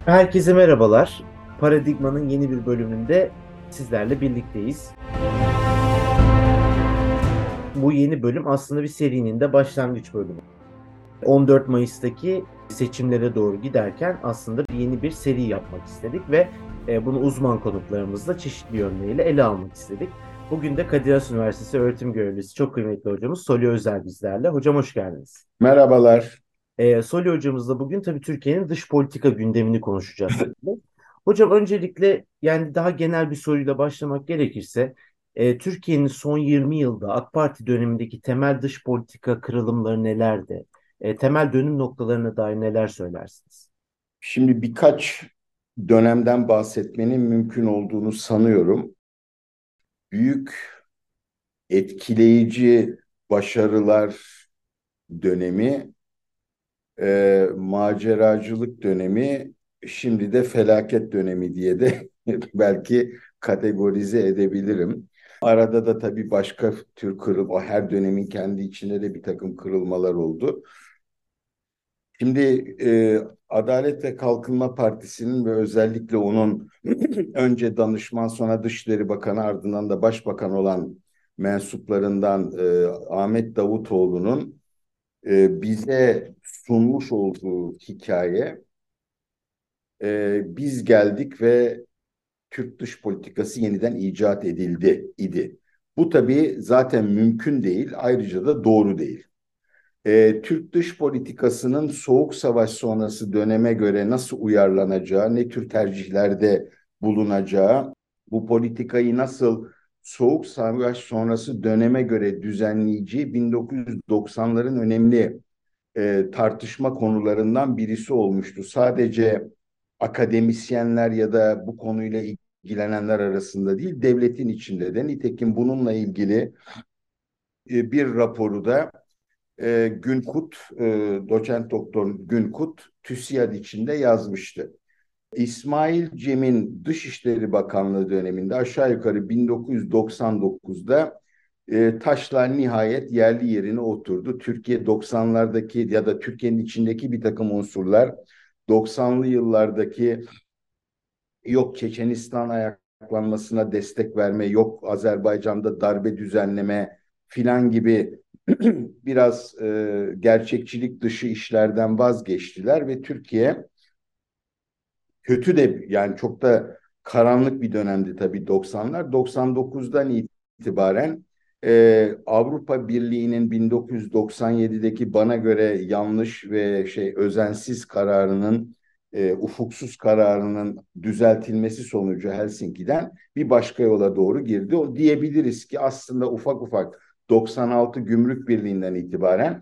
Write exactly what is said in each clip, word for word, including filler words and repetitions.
Herkese merhabalar. Paradigma'nın yeni bir bölümünde sizlerle birlikteyiz. Bu yeni bölüm aslında bir serinin de başlangıç bölümü. on dört Mayıs'taki seçimlere doğru giderken aslında bir yeni bir seri yapmak istedik ve e, bunu uzman konuklarımızla çeşitli yönleriyle ele almak istedik. Bugün de Kadir Has Üniversitesi öğretim görevlisi çok kıymetli hocamız Soli Özer bizlerle. Hocam hoş geldiniz. Merhabalar. E, Soli hocamızla bugün tabii Türkiye'nin dış politika gündemini konuşacağız. Hocam öncelikle yani daha genel bir soruyla başlamak gerekirse e, Türkiye'nin son yirmi yılda AK Parti dönemindeki temel dış politika kırılımları nelerdi? E, temel dönüm noktalarına dair neler söylersiniz? Şimdi birkaç dönemden bahsetmenin mümkün olduğunu sanıyorum. Büyük, etkileyici başarılar dönemi, e, maceracılık dönemi, şimdi de felaket dönemi diye de belki kategorize edebilirim. Arada da tabii başka tür kırıl, o her dönemin kendi içinde de bir takım kırılmalar oldu. Şimdi e, Adalet ve Kalkınma Partisi'nin ve özellikle onun önce danışman sonra Dışişleri Bakanı ardından da Başbakan olan mensuplarından e, Ahmet Davutoğlu'nun e, bize sunmuş olduğu hikaye e, biz geldik ve Türk dış politikası yeniden icat edildi idi. Bu tabii zaten mümkün değil, ayrıca da doğru değil. e, Türk dış politikasının Soğuk Savaş sonrası döneme göre nasıl uyarlanacağı, ne tür tercihlerde bulunacağı, bu politikayı nasıl Soğuk Savaş sonrası döneme göre düzenleyeceği bin dokuz yüz doksanların önemli e, tartışma konularından birisi olmuştu. Sadece akademisyenler ya da bu konuyla ilgilenenler arasında değil, devletin içinde de. Nitekim bununla ilgili e, bir raporu da e, Günkut, e, doçent doktor Günkut TÜSİAD içinde yazmıştı. İsmail Cem'in Dışişleri Bakanlığı döneminde aşağı yukarı bin dokuz yüz doksan dokuzda e, taşlar nihayet yerli yerine oturdu. Türkiye doksanlardaki ya da Türkiye'nin içindeki bir takım unsurlar doksanlı yıllardaki yok Çeçenistan ayaklanmasına destek verme, yok Azerbaycan'da darbe düzenleme filan gibi biraz e, gerçekçilik dışı işlerden vazgeçtiler ve Türkiye kötü de yani çok da karanlık bir dönemdi tabii doksanlar. doksan dokuzdan itibaren e, Avrupa Birliği'nin bin dokuz yüz doksan yedideki bana göre yanlış ve şey özensiz kararının e, ufuksuz kararının düzeltilmesi sonucu Helsinki'den bir başka yola doğru girdi. O diyebiliriz ki aslında ufak ufak doksan altı Gümrük Birliği'nden itibaren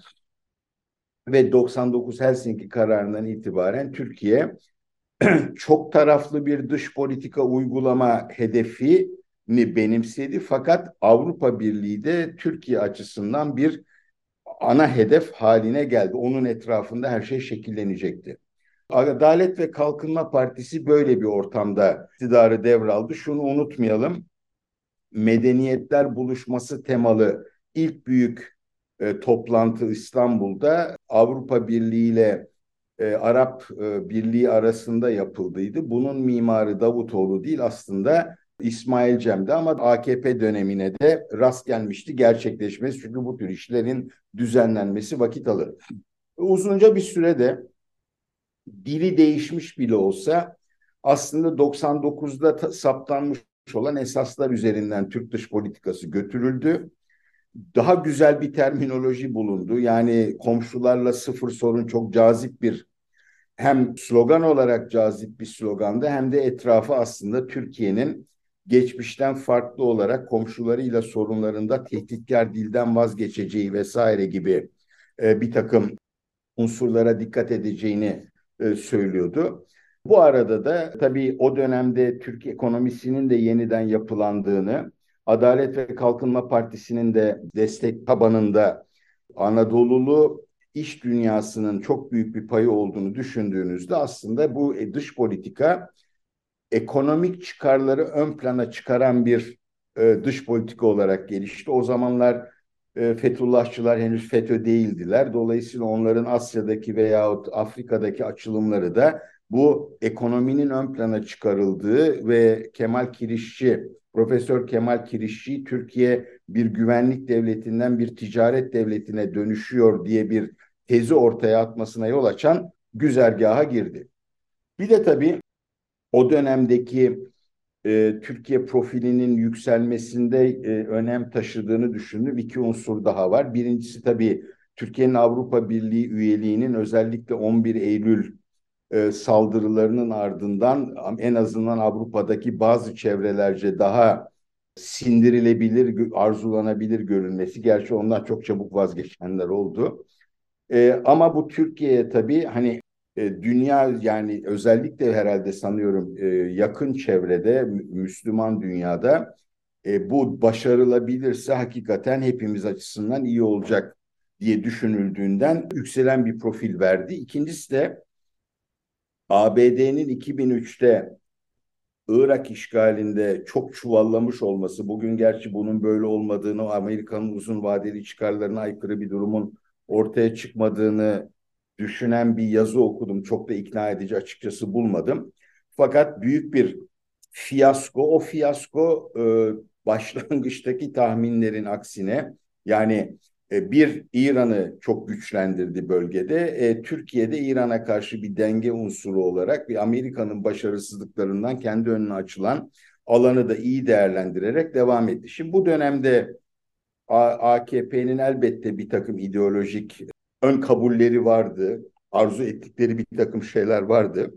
ve doksan dokuz Helsinki kararından itibaren Türkiye çok taraflı bir dış politika uygulama hedefini benimsedi. Fakat Avrupa Birliği de Türkiye açısından bir ana hedef haline geldi. Onun etrafında her şey şekillenecekti. Adalet ve Kalkınma Partisi böyle bir ortamda iktidarı devraldı. Şunu unutmayalım. Medeniyetler buluşması temalı ilk büyük e, toplantı İstanbul'da Avrupa Birliği ile e, Arap e, Birliği arasında yapıldıydı. Bunun mimarı Davutoğlu değil aslında İsmail Cem'di ama A K P dönemine de rast gelmişti gerçekleşmesi. Çünkü bu tür işlerin düzenlenmesi vakit alır. Uzunca bir sürede dili değişmiş bile olsa aslında doksan dokuzda ta- saptanmış olan esaslar üzerinden Türk dış politikası götürüldü. Daha güzel bir terminoloji bulundu. Yani komşularla sıfır sorun çok cazip bir hem slogan olarak cazip bir slogandı hem de etrafı aslında Türkiye'nin geçmişten farklı olarak komşularıyla sorunlarında tehditkar dilden vazgeçeceği vesaire gibi e, bir takım unsurlara dikkat edeceğini e, söylüyordu. Bu arada da tabii o dönemde Türk ekonomisinin de yeniden yapılandığını, Adalet ve Kalkınma Partisi'nin de destek tabanında Anadolulu iş dünyasının çok büyük bir payı olduğunu düşündüğünüzde aslında bu dış politika ekonomik çıkarları ön plana çıkaran bir e, dış politika olarak gelişti. O zamanlar e, Fethullahçılar henüz FETÖ değildiler. Dolayısıyla onların Asya'daki veyahut Afrika'daki açılımları da bu ekonominin ön plana çıkarıldığı ve Kemal Kirişçi, Profesör Kemal Kirişçi Türkiye bir güvenlik devletinden bir ticaret devletine dönüşüyor diye bir tezi ortaya atmasına yol açan güzergaha girdi. Bir de tabii o dönemdeki e, Türkiye profilinin yükselmesinde e, önem taşıdığını düşündüm. İki unsur daha var. Birincisi tabii Türkiye'nin Avrupa Birliği üyeliğinin özellikle on bir Eylül e, saldırılarının ardından en azından Avrupa'daki bazı çevrelerce daha sindirilebilir, arzulanabilir görünmesi. Gerçi ondan çok çabuk vazgeçenler oldu. E, ama bu Türkiye'ye tabii hani e, dünya yani özellikle herhalde sanıyorum e, yakın çevrede Müslüman dünyada e, bu başarılabilirse hakikaten hepimiz açısından iyi olacak diye düşünüldüğünden yükselen bir profil verdi. İkincisi de A B D'nin iki bin üçte Irak işgalinde çok çuvallamış olması, bugün gerçi bunun böyle olmadığını, Amerika'nın uzun vadeli çıkarlarına aykırı bir durumun ortaya çıkmadığını düşünen bir yazı okudum. Çok da ikna edici açıkçası bulmadım. Fakat büyük bir fiyasko, o fiyasko e, başlangıçtaki tahminlerin aksine yani e, bir İran'ı çok güçlendirdi bölgede. E, Türkiye'de İran'a karşı bir denge unsuru olarak bir Amerika'nın başarısızlıklarından kendi önüne açılan alanı da iyi değerlendirerek devam etti. Şimdi bu dönemde A K P'nin elbette bir takım ideolojik ön kabulleri vardı. Arzu ettikleri bir takım şeyler vardı.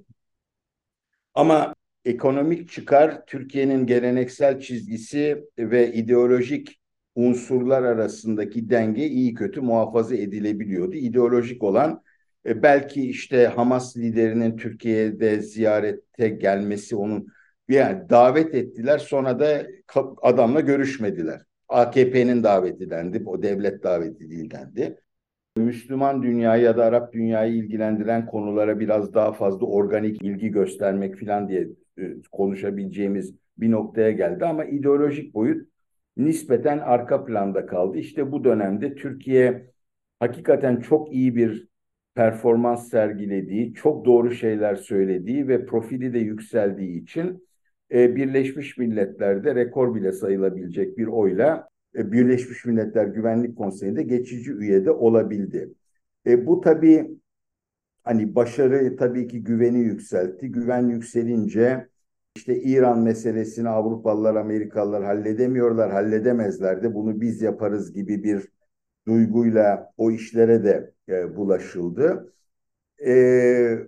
Ama ekonomik çıkar Türkiye'nin geleneksel çizgisi ve ideolojik unsurlar arasındaki denge iyi kötü muhafaza edilebiliyordu. İdeolojik olan e, belki işte Hamas liderinin Türkiye'de ziyarete gelmesi onun yani davet ettiler sonra da adamla görüşmediler. A K P'nin daveti dendi, o devlet daveti değil dendi. Müslüman dünyayı ya da Arap dünyayı ilgilendiren konulara biraz daha fazla organik ilgi göstermek falan diye e, konuşabileceğimiz bir noktaya geldi. Ama ideolojik boyut nispeten arka planda kaldı. İşte bu dönemde Türkiye hakikaten çok iyi bir performans sergilediği, çok doğru şeyler söylediği ve profili de yükseldiği için e, Birleşmiş Milletler'de rekor bile sayılabilecek bir oyla e, Birleşmiş Milletler Güvenlik Konseyi'nde geçici üyede olabildi. E, bu tabii hani başarı tabii ki güveni yükseltti. Güven yükselince işte İran meselesini Avrupalılar, Amerikalılar halledemiyorlar, halledemezler de bunu biz yaparız gibi bir duyguyla o işlere de e, bulaşıldı. E,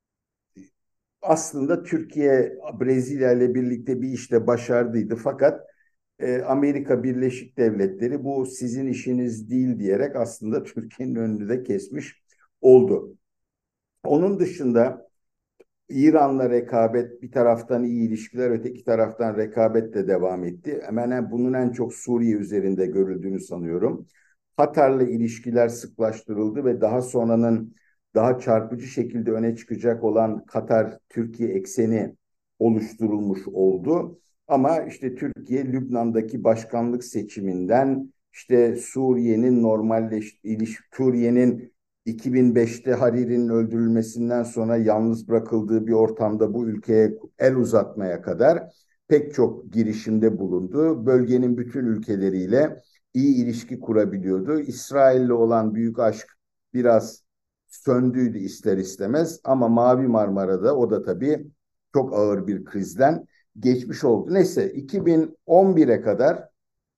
Aslında Türkiye Brezilya ile birlikte bir işte başardıydı fakat e, Amerika Birleşik Devletleri bu sizin işiniz değil diyerek aslında Türkiye'nin önünü de kesmiş oldu. Onun dışında İran'la rekabet bir taraftan iyi ilişkiler öteki taraftan rekabet de devam etti. Hemen bunun en çok Suriye üzerinde görüldüğünü sanıyorum. Katar'la ilişkiler sıklaştırıldı ve daha sonranın daha çarpıcı şekilde öne çıkacak olan Katar-Türkiye ekseni oluşturulmuş oldu. Ama işte Türkiye Lübnan'daki başkanlık seçiminden işte Suriye'nin normalleş iliş Suriye'nin iki bin beşte Hariri'nin öldürülmesinden sonra yalnız bırakıldığı bir ortamda bu ülkeye el uzatmaya kadar pek çok girişimde bulundu. Bölgenin bütün ülkeleriyle iyi ilişki kurabiliyordu. İsrail'le olan büyük aşk biraz söndüydü ister istemez ama Mavi Marmara'da o da tabii çok ağır bir krizden geçmiş oldu. Neyse iki bin on bire kadar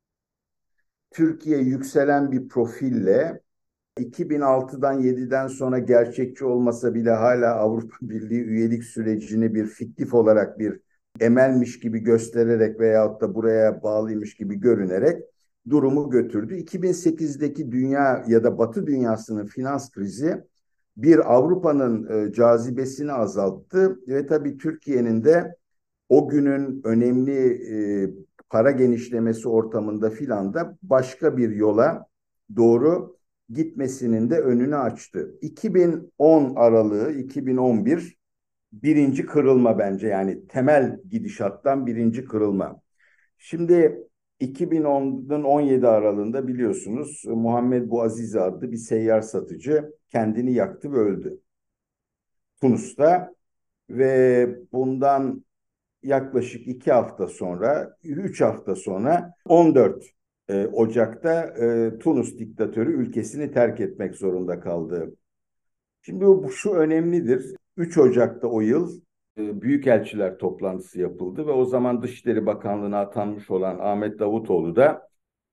Türkiye yükselen bir profille iki bin altıdan yediden sonra gerçekçi olmasa bile hala Avrupa Birliği üyelik sürecini bir fiktif olarak bir emelmiş gibi göstererek veyahut da buraya bağlıymış gibi görünerek durumu götürdü. iki bin sekizdeki dünya ya da Batı dünyasının finans krizi bir Avrupa'nın e, cazibesini azalttı ve tabii Türkiye'nin de o günün önemli e, para genişlemesi ortamında filan da başka bir yola doğru gitmesinin de önünü açtı. iki bin on aralığı iki bin on bir birinci kırılma bence yani temel gidişattan birinci kırılma. Şimdi iki bin onun on yedi aralığında biliyorsunuz Muhammed Bouazizi adlı bir seyyar satıcı kendini yaktı ve öldü. Tunus'ta ve bundan yaklaşık iki hafta sonra, üç hafta sonra on dört e, Ocak'ta e, Tunus diktatörü ülkesini terk etmek zorunda kaldı. Şimdi bu şu önemlidir. üç Ocak'ta o yıl e, Büyükelçiler toplantısı yapıldı ve o zaman Dışişleri Bakanlığı'na atanmış olan Ahmet Davutoğlu da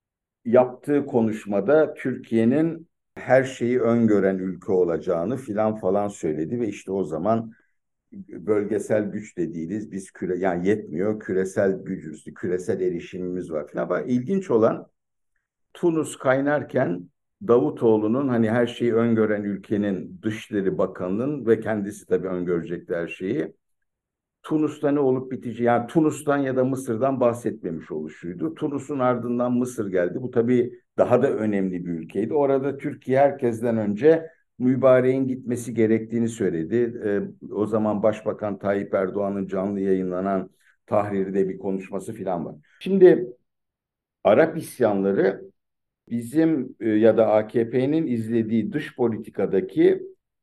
yaptığı konuşmada Türkiye'nin her şeyi öngören ülke olacağını filan falan söyledi ve işte o zaman bölgesel güç de değiliz. Biz küre yani yetmiyor. Küresel gücüz, küresel erişimimiz var filan. Ama ilginç olan Tunus kaynarken Davutoğlu'nun hani her şeyi öngören ülkenin Dışişleri Bakanı'nın ve kendisi tabii öngörecekti her şeyi. Tunus'ta ne olup biteceği yani Tunus'tan ya da Mısır'dan bahsetmemiş oluşuydu. Tunus'un ardından Mısır geldi. Bu tabii daha da önemli bir ülkeydi. Orada Türkiye herkesten önce mübareğin gitmesi gerektiğini söyledi. Ee, o zaman Başbakan Tayyip Erdoğan'ın canlı yayınlanan Tahrir'de bir konuşması falan var. Şimdi Arap isyanları bizim e, ya da A K P'nin izlediği dış politikadaki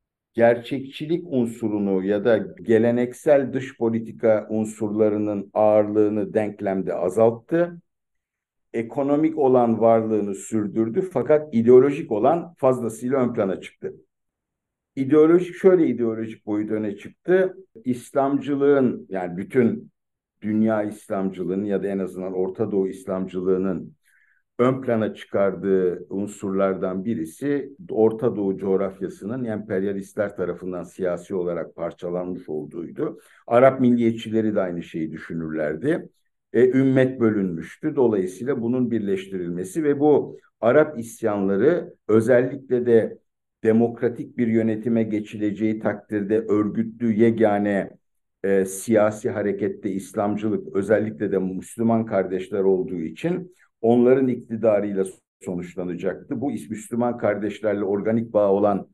gerçekçilik unsurunu ya da geleneksel dış politika unsurlarının ağırlığını denklemde azalttı. Ekonomik olan varlığını sürdürdü fakat ideolojik olan fazlasıyla ön plana çıktı. İdeolojik şöyle ideolojik boyut öne çıktı. İslamcılığın yani bütün dünya İslamcılığının ya da en azından Orta Doğu İslamcılığının ön plana çıkardığı unsurlardan birisi Orta Doğu coğrafyasının emperyalistler tarafından siyasi olarak parçalanmış olduğuydu. Arap milliyetçileri de aynı şeyi düşünürlerdi. E, ümmet bölünmüştü. Dolayısıyla bunun birleştirilmesi ve bu Arap isyanları özellikle de demokratik bir yönetime geçileceği takdirde örgütlü yegane e, siyasi harekette İslamcılık özellikle de Müslüman kardeşler olduğu için onların iktidarıyla sonuçlanacaktı. Bu Müslüman kardeşlerle organik bağ olan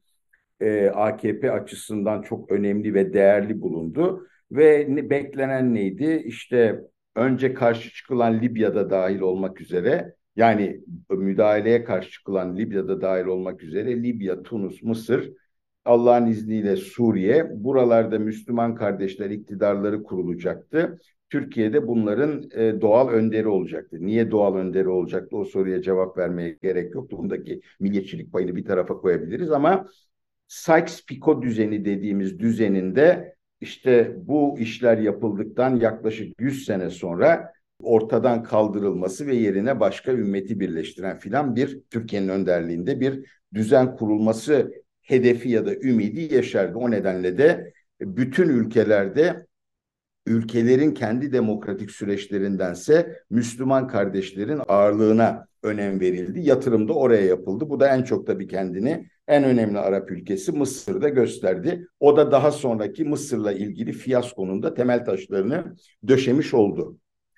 e, A K P açısından çok önemli ve değerli bulundu. Ve ne, beklenen neydi? İşte önce karşı çıkılan Libya'da dahil olmak üzere yani müdahaleye karşı çıkılan Libya'da dahil olmak üzere Libya, Tunus, Mısır, Allah'ın izniyle Suriye, buralarda Müslüman kardeşler iktidarları kurulacaktı. Türkiye'de bunların e, doğal önderi olacaktı. Niye doğal önderi olacaktı? O soruya cevap vermeye gerek yoktu. Bundaki milliyetçilik payını bir tarafa koyabiliriz ama Sykes-Picot düzeni dediğimiz düzeninde işte bu işler yapıldıktan yaklaşık yüz sene sonra ortadan kaldırılması ve yerine başka ümmeti birleştiren filan bir Türkiye'nin önderliğinde bir düzen kurulması hedefi ya da ümidi yeşerdi. O nedenle de bütün ülkelerde ülkelerin kendi demokratik süreçlerindense Müslüman kardeşlerin ağırlığına önem verildi. Yatırım da oraya yapıldı. Bu da en çok tabii kendini en önemli Arap ülkesi Mısır'da gösterdi. O da daha sonraki Mısır'la ilgili fiyaskonun da temel taşlarını döşemiş oldu.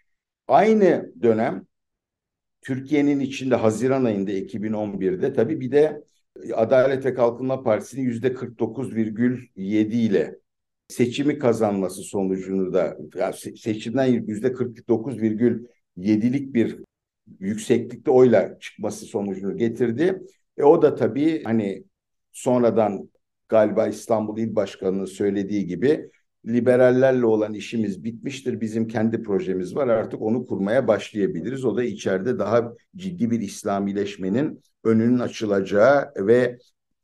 Aynı dönem Türkiye'nin içinde Haziran ayında iki bin on birde tabii bir de Adalet ve Kalkınma Partisi'nin yüzde kırk dokuz virgül yedi ile seçimi kazanması sonucunu da yani seçimden yüzde kırk dokuz virgül yedilik bir yükseklikte oyla çıkması sonucunu getirdi. E o da tabii hani sonradan galiba İstanbul İl Başkanı'nın söylediği gibi liberallerle olan işimiz bitmiştir. Bizim kendi projemiz var. Artık onu kurmaya başlayabiliriz. O da içeride daha ciddi bir İslamileşmenin önünün açılacağı ve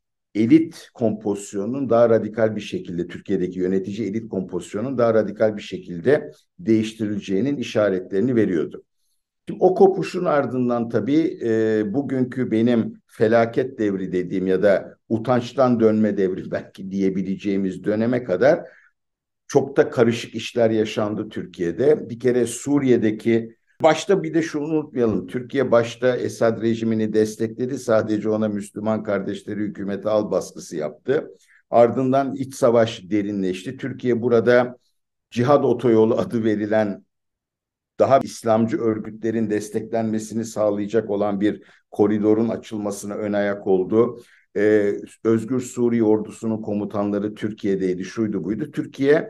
elit kompozisyonunun daha radikal bir şekilde Türkiye'deki yönetici elit kompozisyonunun daha radikal bir şekilde değiştirileceğinin işaretlerini veriyordu. Şimdi o kopuşun ardından tabii e, bugünkü benim felaket devri dediğim ya da utançtan dönme devri belki diyebileceğimiz döneme kadar çok da karışık işler yaşandı Türkiye'de. Bir kere Suriye'deki başta bir de şunu unutmayalım. Türkiye başta Esad rejimini destekledi. Sadece ona Müslüman kardeşleri hükümeti al baskısı yaptı. Ardından iç savaş derinleşti. Türkiye burada Cihad Otoyolu adı verilen daha İslamcı örgütlerin desteklenmesini sağlayacak olan bir koridorun açılmasına ön ayak oldu. Ee, Özgür Suriye ordusunun komutanları Türkiye'deydi, şuydu buydu. Türkiye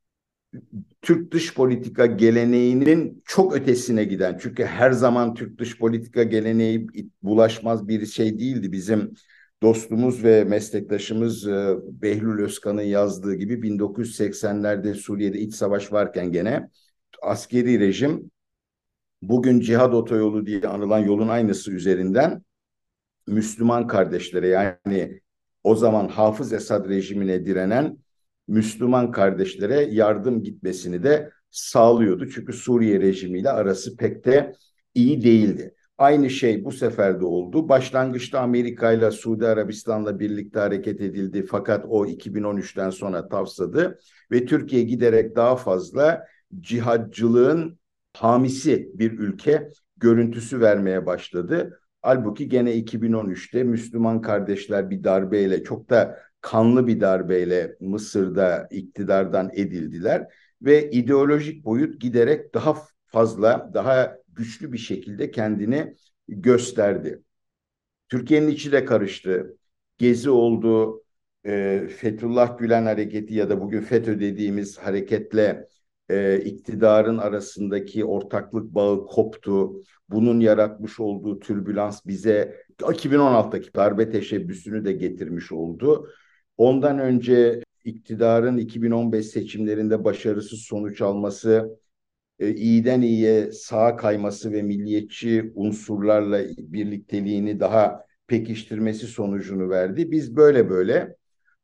Türk dış politika geleneğinin çok ötesine giden, çünkü her zaman Türk dış politika geleneği bulaşmaz bir şey değildi. Bizim dostumuz ve meslektaşımız e, Behlül Özkan'ın yazdığı gibi bin dokuz yüz seksenlerde Suriye'de iç savaş varken gene askeri rejim bugün Cihad Otoyolu diye anılan yolun aynısı üzerinden Müslüman kardeşlere, yani o zaman Hafız Esad rejimine direnen Müslüman kardeşlere yardım gitmesini de sağlıyordu. Çünkü Suriye rejimiyle arası pek de iyi değildi. Aynı şey bu sefer de oldu. Başlangıçta Amerika ile Suudi Arabistan'la birlikte hareket edildi. Fakat o iki bin on üçten sonra tavsadı ve Türkiye giderek daha fazla cihadcılığın hamisi bir ülke görüntüsü vermeye başladı. Halbuki gene iki bin on üçte Müslüman kardeşler bir darbeyle, çok da kanlı bir darbeyle Mısır'da iktidardan edildiler ve ideolojik boyut giderek daha fazla, daha güçlü bir şekilde kendini gösterdi. Türkiye'nin içi de karıştı. Gezi oldu, e, Fethullah Gülen hareketi ya da bugün FETÖ dediğimiz hareketle e, iktidarın arasındaki ortaklık bağı koptu. Bunun yaratmış olduğu türbülans bize iki bin on altıdaki darbe teşebbüsünü de getirmiş oldu. Ondan önce iktidarın iki bin on beş seçimlerinde başarısız sonuç alması, e, iyiden iyiye sağa kayması ve milliyetçi unsurlarla birlikteliğini daha pekiştirmesi sonucunu verdi. Biz böyle böyle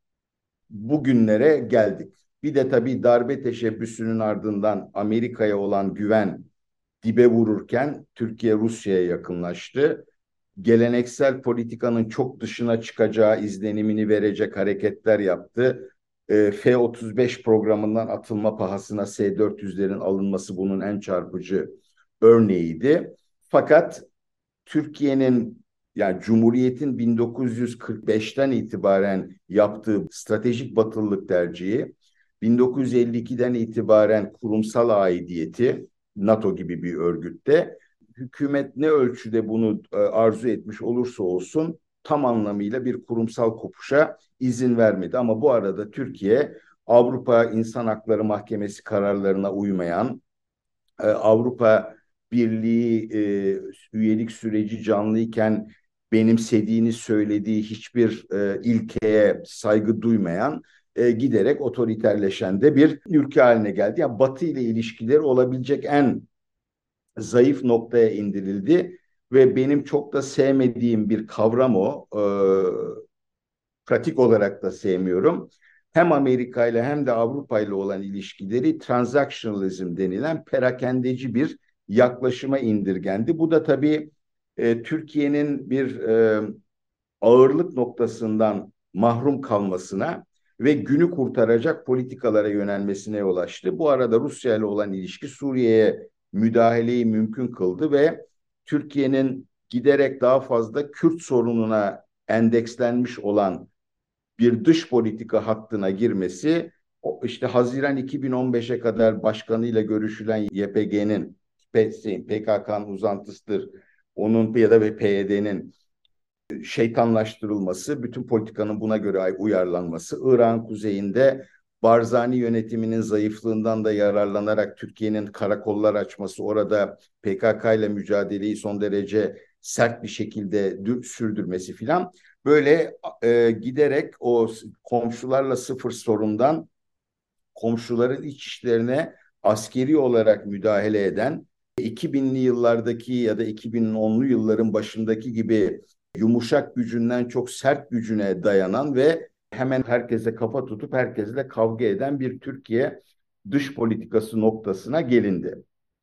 bugünlere geldik. Bir de tabii darbe teşebbüsünün ardından Amerika'ya olan güven dibe vururken Türkiye Rusya'ya yakınlaştı. Geleneksel politikanın çok dışına çıkacağı izlenimini verecek hareketler yaptı. E, F otuz beş programından atılma pahasına S dört yüzlerin alınması bunun en çarpıcı örneğiydi. Fakat Türkiye'nin, yani Cumhuriyet'in bin dokuz yüz kırk beşten itibaren yaptığı stratejik batılılık tercihi, bin dokuz yüz elli ikiden itibaren kurumsal aidiyeti NATO gibi bir örgütte, hükümet ne ölçüde bunu e, arzu etmiş olursa olsun tam anlamıyla bir kurumsal kopuşa izin vermedi. Ama bu arada Türkiye Avrupa İnsan Hakları Mahkemesi kararlarına uymayan, e, Avrupa Birliği e, üyelik süreci canlıyken benimsediğini söylediği hiçbir e, ilkeye saygı duymayan, e, giderek otoriterleşen de bir ülke haline geldi. Yani Batı ile ilişkileri olabilecek en zayıf noktaya indirildi ve benim çok da sevmediğim bir kavram o. E, pratik olarak da sevmiyorum. Hem Amerika ile hem de Avrupa ile olan ilişkileri transactionalism denilen perakendeci bir yaklaşıma indirgendi. Bu da tabii e, Türkiye'nin bir e, ağırlık noktasından mahrum kalmasına ve günü kurtaracak politikalara yönelmesine yol açtı. Bu arada Rusya ile olan ilişki Suriye'ye müdahaleyi mümkün kıldı ve Türkiye'nin giderek daha fazla Kürt sorununa endekslenmiş olan bir dış politika hattına girmesi, işte Haziran iki bin on beşe kadar başkanıyla görüşülen Y P G'nin, P K K'nın uzantısıdır, onun ya da P Y D'nin şeytanlaştırılması, bütün politikanın buna göre uyarlanması, Irak'ın kuzeyinde Barzani yönetiminin zayıflığından da yararlanarak Türkiye'nin karakollar açması, orada P K K ile mücadeleyi son derece sert bir şekilde sürdürmesi filan, böyle e, giderek o komşularla sıfır sorundan komşuların iç işlerine askeri olarak müdahale eden, iki binli yıllardaki ya da iki bin onlu yılların başındaki gibi yumuşak gücünden çok sert gücüne dayanan ve hemen herkese kafa tutup herkesle kavga eden bir Türkiye dış politikası noktasına gelindi.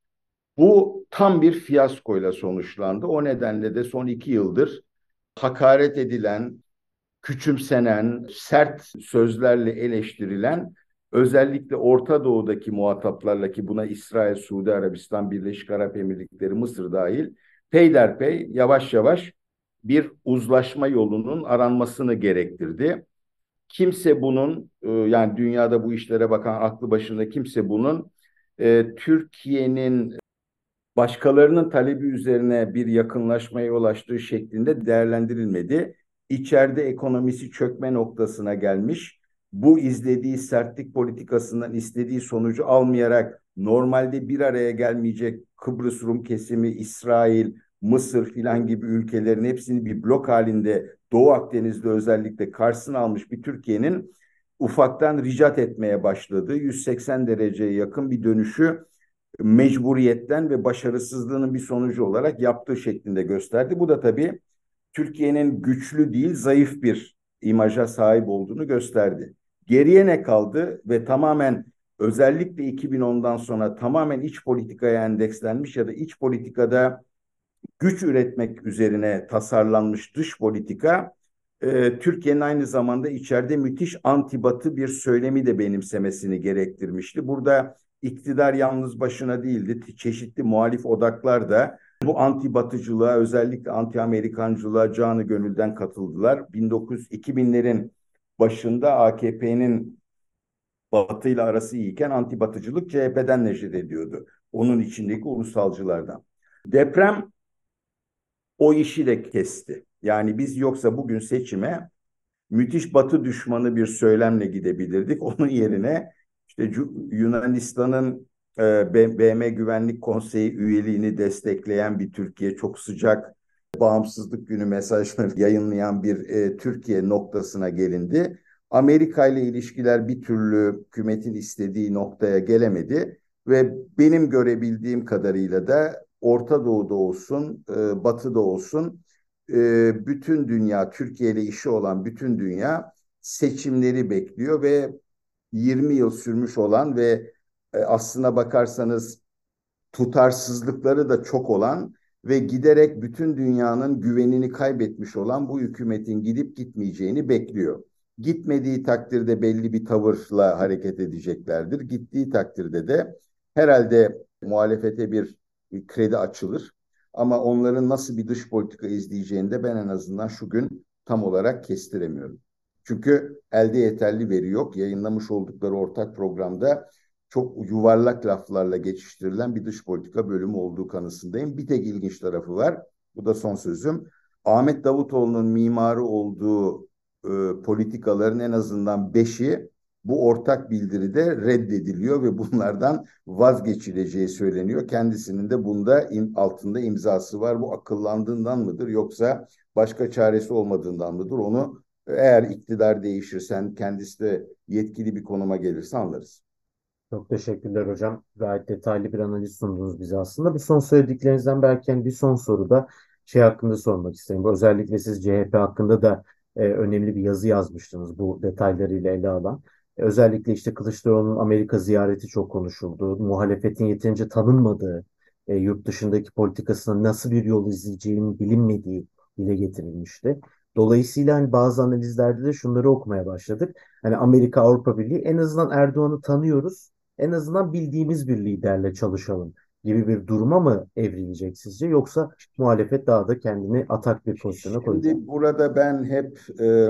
Bu tam bir fiyaskoyla sonuçlandı. O nedenle de son iki yıldır hakaret edilen, küçümsenen, sert sözlerle eleştirilen, özellikle Orta Doğu'daki muhataplarla, ki buna İsrail, Suudi Arabistan, Birleşik Arap Emirlikleri, Mısır dahil, peyderpey yavaş yavaş bir uzlaşma yolunun aranmasını gerektirdi. Kimse bunun, yani dünyada bu işlere bakan aklı başında kimse bunun Türkiye'nin başkalarının talebi üzerine bir yakınlaşmaya ulaştığı şeklinde değerlendirilmedi. İçeride ekonomisi çökme noktasına gelmiş. Bu izlediği sertlik politikasından istediği sonucu almayarak normalde bir araya gelmeyecek Kıbrıs Rum kesimi, İsrail, Mısır filan gibi ülkelerin hepsini bir blok halinde Doğu Akdeniz'de özellikle karşısına almış bir Türkiye'nin ufaktan ricat etmeye başladığı yüz seksen dereceye yakın bir dönüşü mecburiyetten ve başarısızlığının bir sonucu olarak yaptığı şeklinde gösterdi. Bu da tabii Türkiye'nin güçlü değil, zayıf bir imaja sahip olduğunu gösterdi. Geriye ne kaldı ve tamamen özellikle iki bin ondan sonra tamamen iç politikaya endekslenmiş ya da iç politikada güç üretmek üzerine tasarlanmış dış politika, e, Türkiye'nin aynı zamanda içeride müthiş antibatı bir söylemi de benimsemesini gerektirmişti. Burada iktidar yalnız başına değildi. Çeşitli muhalif odaklar da bu antibatıcılığa, özellikle anti-Amerikancılığa canı gönülden katıldılar. bin dokuz yüz iki binlerin başında A K P'nin Batı ile arası iyiyken antibatıcılık C H P'den neşet ediyordu. Onun içindeki ulusalcılardan. Deprem o işi de kesti. Yani biz yoksa bugün seçime müthiş Batı düşmanı bir söylemle gidebilirdik. Onun yerine işte Yunanistan'ın e, B M Güvenlik Konseyi üyeliğini destekleyen bir Türkiye, çok sıcak bağımsızlık günü mesajları yayınlayan bir e, Türkiye noktasına gelindi. Amerika ile ilişkiler bir türlü hükümetin istediği noktaya gelemedi ve benim görebildiğim kadarıyla da Orta Doğu'da olsun, e, Batı'da olsun, e, bütün dünya, Türkiye ile işi olan bütün dünya seçimleri bekliyor ve yirmi yıl sürmüş olan ve e, aslına bakarsanız tutarsızlıkları da çok olan ve giderek bütün dünyanın güvenini kaybetmiş olan bu hükümetin gidip gitmeyeceğini bekliyor. Gitmediği takdirde belli bir tavırla hareket edeceklerdir. Gittiği takdirde de herhalde muhalefete bir, bir kredi açılır. Ama onların nasıl bir dış politika izleyeceğini de ben en azından şu gün tam olarak kestiremiyorum. Çünkü elde yeterli veri yok. Yayınlamış oldukları ortak programda çok yuvarlak laflarla geçiştirilen bir dış politika bölümü olduğu kanısındayım. Bir tek ilginç tarafı var. Bu da son sözüm. Ahmet Davutoğlu'nun mimarı olduğu e, politikaların en azından beşi bu ortak bildiride reddediliyor ve bunlardan vazgeçileceği söyleniyor. Kendisinin de bunda im, altında imzası var. Bu akıllandığından mıdır yoksa başka çaresi olmadığından mıdır? Onu eğer iktidar değişirsen kendisi de yetkili bir konuma gelirse anlarız. Çok teşekkürler hocam. Gayet detaylı bir analiz sundunuz bize aslında. Bu son söylediklerinizden belki hani bir son soruda şey hakkında sormak isterim. Bu özellikle siz C H P hakkında da e, önemli bir yazı yazmıştınız bu detaylarıyla ele alan. E, özellikle işte Kılıçdaroğlu'nun Amerika ziyareti çok konuşuldu. Muhalefetin yeterince tanınmadığı, e, yurt dışındaki politikasına nasıl bir yol izleyeceğinin bilinmediği dile getirilmişti. Dolayısıyla hani bazı analizlerde de şunları okumaya başladık. Hani Amerika Avrupa Birliği en azından Erdoğan'ı tanıyoruz, en azından bildiğimiz bir liderle çalışalım gibi bir duruma mı evrilecek sizce? Yoksa muhalefet daha da kendini atak bir pozisyona koyacak? Şimdi burada ben hep e,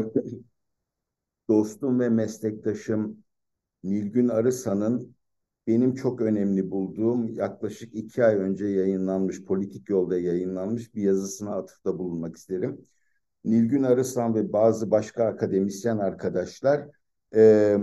dostum ve meslektaşım Nilgün Arısan'ın benim çok önemli bulduğum yaklaşık iki ay önce yayınlanmış, Politik Yolda yayınlanmış bir yazısına atıfta bulunmak isterim. Nilgün Arısan ve bazı başka akademisyen arkadaşlar e,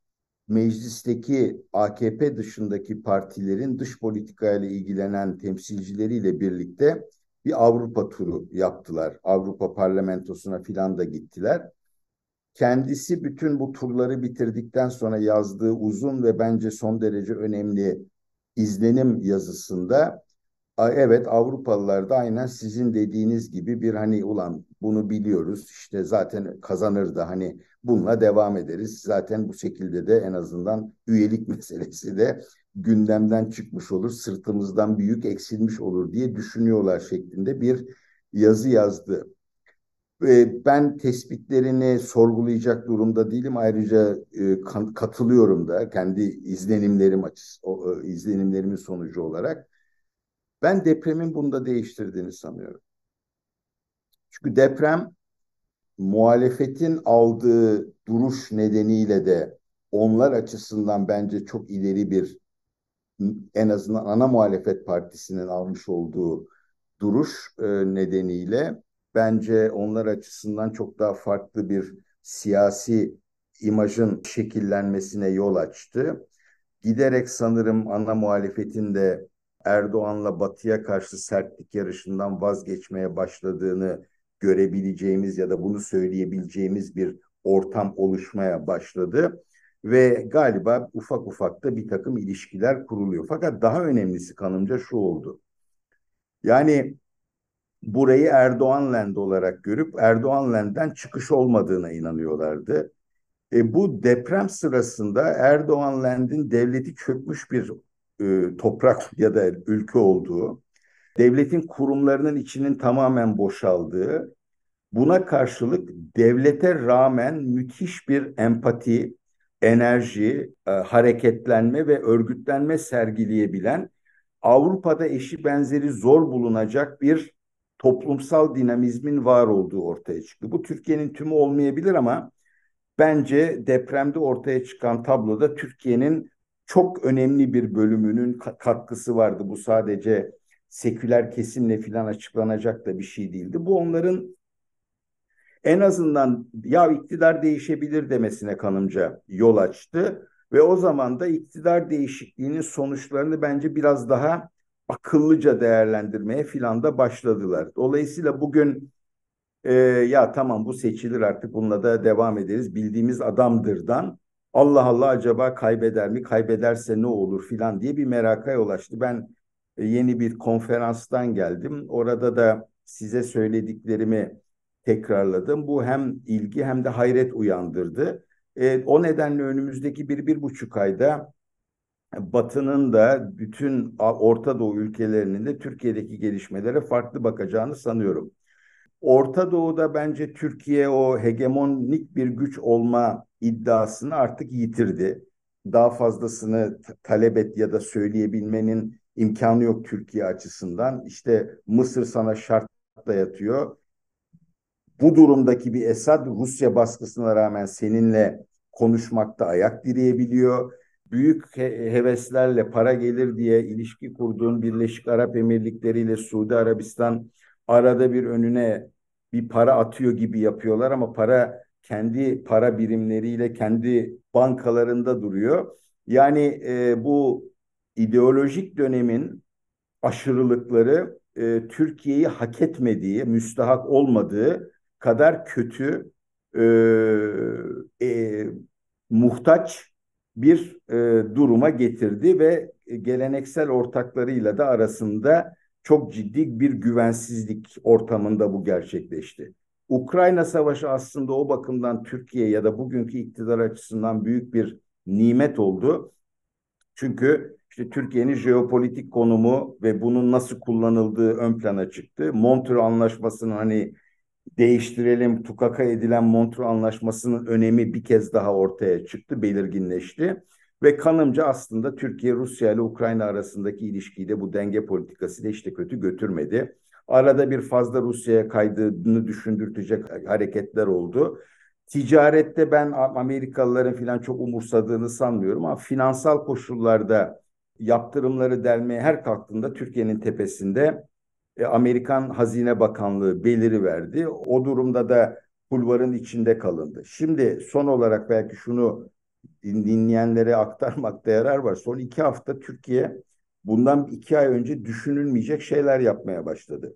meclisteki A K P dışındaki partilerin dış politikayla ilgilenen temsilcileriyle birlikte bir Avrupa turu yaptılar. Avrupa Parlamentosu'na filan da gittiler. Kendisi bütün bu turları bitirdikten sonra yazdığı uzun ve bence son derece önemli izlenim yazısında evet, Avrupalılar da aynen sizin dediğiniz gibi bir hani ulan bunu biliyoruz işte zaten kazanır da hani bununla devam ederiz. Zaten bu şekilde de en azından üyelik meselesi de gündemden çıkmış olur, sırtımızdan büyük eksilmiş olur diye düşünüyorlar şeklinde bir yazı yazdı. Ben tespitlerini sorgulayacak durumda değilim. Ayrıca e, katılıyorum da kendi izlenimlerim açısı, o, e, izlenimlerimin sonucu olarak. Ben depremin bunu da değiştirdiğini sanıyorum. Çünkü deprem muhalefetin aldığı duruş nedeniyle de onlar açısından bence çok ileri bir, en azından ana muhalefet partisinin almış olduğu duruş e, nedeniyle bence onlar açısından çok daha farklı bir siyasi imajın şekillenmesine yol açtı. Giderek sanırım ana muhalefetin de Erdoğan'la Batı'ya karşı sertlik yarışından vazgeçmeye başladığını görebileceğimiz ya da bunu söyleyebileceğimiz bir ortam oluşmaya başladı. Ve galiba ufak ufak da bir takım ilişkiler kuruluyor. Fakat daha önemlisi kanımca şu oldu. Yani burayı Erdoğan Land olarak görüp Erdoğan Land'den çıkış olmadığına inanıyorlardı. E, bu deprem sırasında Erdoğan Land'in devleti çökmüş bir e, toprak ya da ülke olduğu, devletin kurumlarının içinin tamamen boşaldığı, buna karşılık devlete rağmen müthiş bir empati, enerji, e, hareketlenme ve örgütlenme sergileyebilen, Avrupa'da eşi benzeri zor bulunacak bir toplumsal dinamizmin var olduğu ortaya çıktı. Bu Türkiye'nin tümü olmayabilir ama bence depremde ortaya çıkan tabloda Türkiye'nin çok önemli bir bölümünün katkısı vardı. Bu sadece seküler kesimle filan açıklanacak da bir şey değildi. Bu onların en azından ya iktidar değişebilir demesine kanımca yol açtı. Ve o zaman da iktidar değişikliğinin sonuçlarını bence biraz daha akıllıca değerlendirmeye filan da başladılar. Dolayısıyla bugün e, ya tamam bu seçilir artık bununla da devam ederiz bildiğimiz adamdırdan Allah Allah acaba kaybeder mi kaybederse ne olur filan diye bir meraka yol açtı. Ben e, yeni bir konferanstan geldim. Orada da size söylediklerimi tekrarladım. Bu hem ilgi hem de hayret uyandırdı. E, o nedenle önümüzdeki bir, bir buçuk ayda Batı'nın da bütün Orta Doğu ülkelerinin de Türkiye'deki gelişmelere farklı bakacağını sanıyorum. Orta Doğu'da bence Türkiye o hegemonik bir güç olma iddiasını artık yitirdi. Daha fazlasını talep et ya da söyleyebilmenin imkanı yok Türkiye açısından. İşte Mısır sana şart dayatıyor. Bu durumdaki bir Esad Rusya baskısına rağmen seninle konuşmakta ayak direyebiliyor. Büyük he- heveslerle para gelir diye ilişki kurduğun Birleşik Arap Emirlikleri ile Suudi Arabistan arada bir önüne bir para atıyor gibi yapıyorlar ama para kendi para birimleriyle kendi bankalarında duruyor. Yani e, bu ideolojik dönemin aşırılıkları e, Türkiye'yi hak etmediği, müstahak olmadığı kadar kötü, e, e, muhtaç bir e, duruma getirdi ve geleneksel ortaklarıyla da arasında çok ciddi bir güvensizlik ortamında bu gerçekleşti. Ukrayna Savaşı aslında o bakımdan Türkiye ya da bugünkü iktidar açısından büyük bir nimet oldu. Çünkü işte Türkiye'nin jeopolitik konumu ve bunun nasıl kullanıldığı ön plana çıktı. Montreux Anlaşması'nın hani değiştirelim, tukaka edilen Montreux Anlaşması'nın önemi bir kez daha ortaya çıktı, belirginleşti. Ve kanımca aslında Türkiye, Rusya ile Ukrayna arasındaki ilişkiyi de bu denge politikası da işte kötü götürmedi. Arada bir fazla Rusya'ya kaydığını düşündürtecek hareketler oldu. Ticarette ben Amerikalıların falan çok umursadığını sanmıyorum ama finansal koşullarda yaptırımları delmeye her kalktığında Türkiye'nin tepesinde e, Amerikan Hazine Bakanlığı beliri verdi. O durumda da kulvarın içinde kalındı. Şimdi son olarak belki şunu dinleyenlere aktarmakta yarar var. Son iki hafta Türkiye bundan iki ay önce düşünülmeyecek şeyler yapmaya başladı.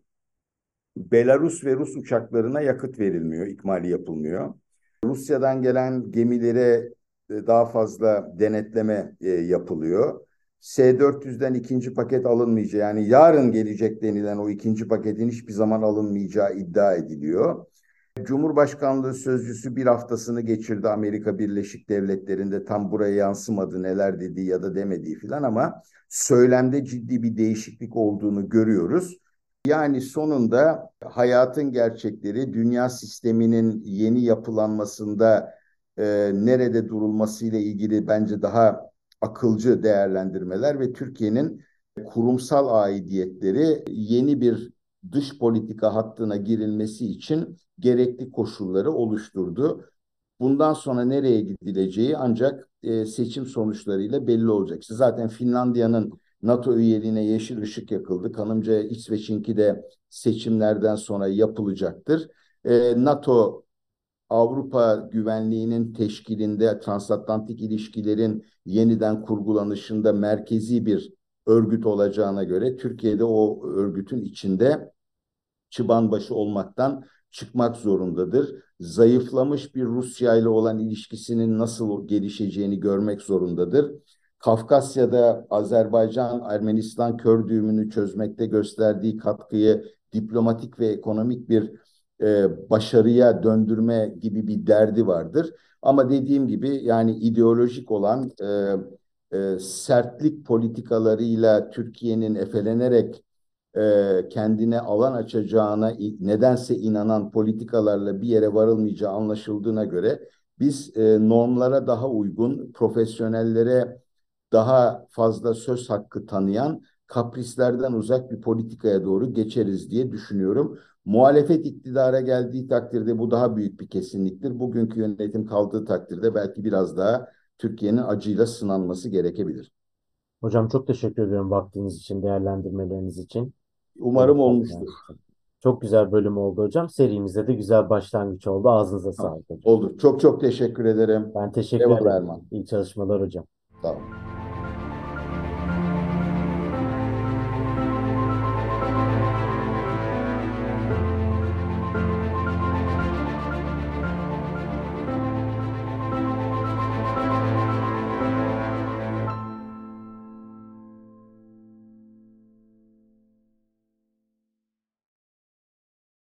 Belarus ve Rus uçaklarına yakıt verilmiyor, ikmali yapılmıyor. Rusya'dan gelen gemilere e, daha fazla denetleme e, yapılıyor. S dört yüzden ikinci paket alınmayacağı yani yarın gelecek denilen o ikinci paketin hiçbir zaman alınmayacağı iddia ediliyor. Cumhurbaşkanlığı sözcüsü bir haftasını geçirdi Amerika Birleşik Devletleri'nde tam buraya yansımadı neler dediği ya da demediği filan ama söylemde ciddi bir değişiklik olduğunu görüyoruz. Yani sonunda hayatın gerçekleri, dünya sisteminin yeni yapılanmasında e, nerede durulmasıyla ilgili bence daha akılcı değerlendirmeler ve Türkiye'nin kurumsal aidiyetleri yeni bir dış politika hattına girilmesi için gerekli koşulları oluşturdu. Bundan sonra nereye gidileceği ancak e, seçim sonuçlarıyla belli olacak. İşte zaten Finlandiya'nın NATO üyeliğine yeşil ışık yakıldı. Kanımca İsveç'inki de seçimlerden sonra yapılacaktır. E, NATO Avrupa güvenliğinin teşkilinde transatlantik ilişkilerin yeniden kurgulanışında merkezi bir örgüt olacağına göre Türkiye'de o örgütün içinde çıbanbaşı olmaktan çıkmak zorundadır. Zayıflamış bir Rusya ile olan ilişkisinin nasıl gelişeceğini görmek zorundadır. Kafkasya'da Azerbaycan, Ermenistan kör düğümünü çözmekte gösterdiği katkıyı diplomatik ve ekonomik bir e, başarıya döndürme gibi bir derdi vardır. Ama dediğim gibi yani ideolojik olan e, e, sertlik politikalarıyla Türkiye'nin efelenerek e, kendine alan açacağına nedense inanan politikalarla bir yere varılmayacağı anlaşıldığına göre biz e, normlara daha uygun, profesyonellere daha fazla söz hakkı tanıyan, kaprislerden uzak bir politikaya doğru geçeriz diye düşünüyorum. Muhalefet iktidara geldiği takdirde bu daha büyük bir kesinliktir. Bugünkü yönetim kaldığı takdirde belki biraz daha Türkiye'nin acıyla sınanması gerekebilir. Hocam çok teşekkür ediyorum vaktiniz için, değerlendirmeleriniz için, Umarım olmuştur. konuşmalarınız için. Çok güzel bölüm oldu hocam. Serimizde de güzel başlangıç oldu. Ağzınıza Tamam. sağlık hocam. Olur. Çok çok teşekkür ederim. Ben teşekkür Eyvallah ederim. Erman. İyi çalışmalar hocam. Sağ ol.